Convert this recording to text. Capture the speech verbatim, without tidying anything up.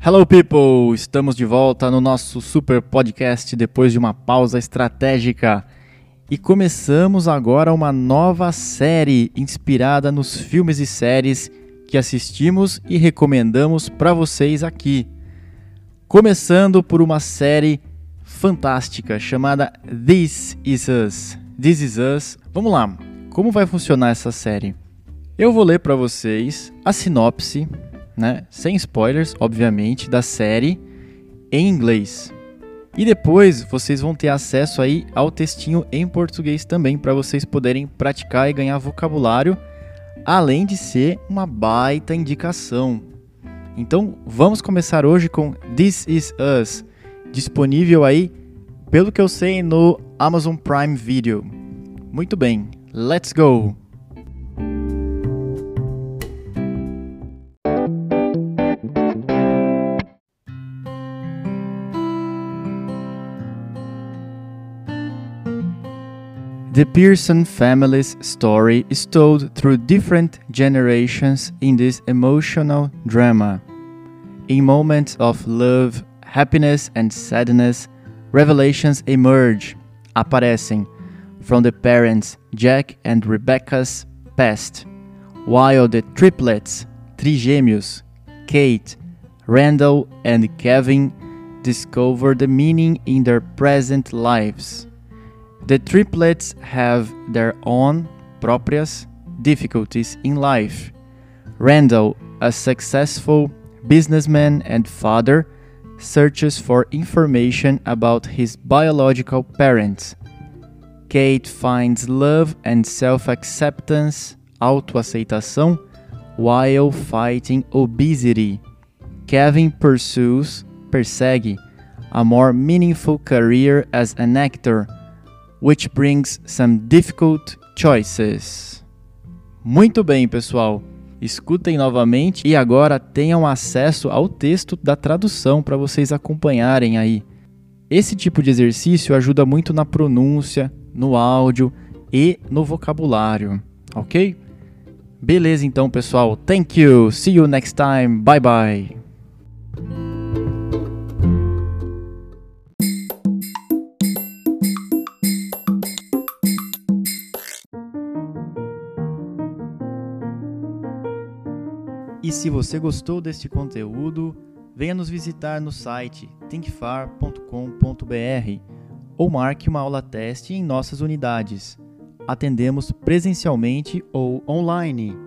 Hello people! Estamos de volta no nosso super podcast depois de uma pausa estratégica. E começamos agora uma nova série inspirada nos filmes e séries que assistimos e recomendamos para vocês aqui. Começando por uma série fantástica chamada This Is Us. This Is Us. Vamos lá, como vai funcionar essa série? Eu vou ler para vocês a sinopse, né, sem spoilers, obviamente, da série em inglês. E depois vocês vão ter acesso aí ao textinho em português também, para vocês poderem praticar e ganhar vocabulário, além de ser uma baita indicação. Então vamos começar hoje com This Is Us, disponível aí, pelo que eu sei, no Amazon Prime Video. Muito bem, let's go! The Pearson family's story is told through different generations in this emotional drama. In moments of love, happiness and sadness, revelations emerge, aparecem, from the parents Jack and Rebecca's past, while the triplets, trigêmeos, Kate, Randall and Kevin, discover the meaning in their present lives. The triplets have their own próprias difficulties in life. Randall, a successful businessman and father, searches for information about his biological parents. Kate finds love and self-acceptance, autoaceitação, while fighting obesity. Kevin pursues, persegue, a more meaningful career as an actor, which brings some difficult choices. Muito bem, pessoal. Escutem novamente e agora tenham acesso ao texto da tradução para vocês acompanharem aí. Esse tipo de exercício ajuda muito na pronúncia, no áudio e no vocabulário, ok? Beleza então, pessoal. Thank you. See you next time. Bye bye. E se você gostou deste conteúdo, venha nos visitar no site think far ponto com ponto b r ou marque uma aula teste em nossas unidades. Atendemos presencialmente ou online.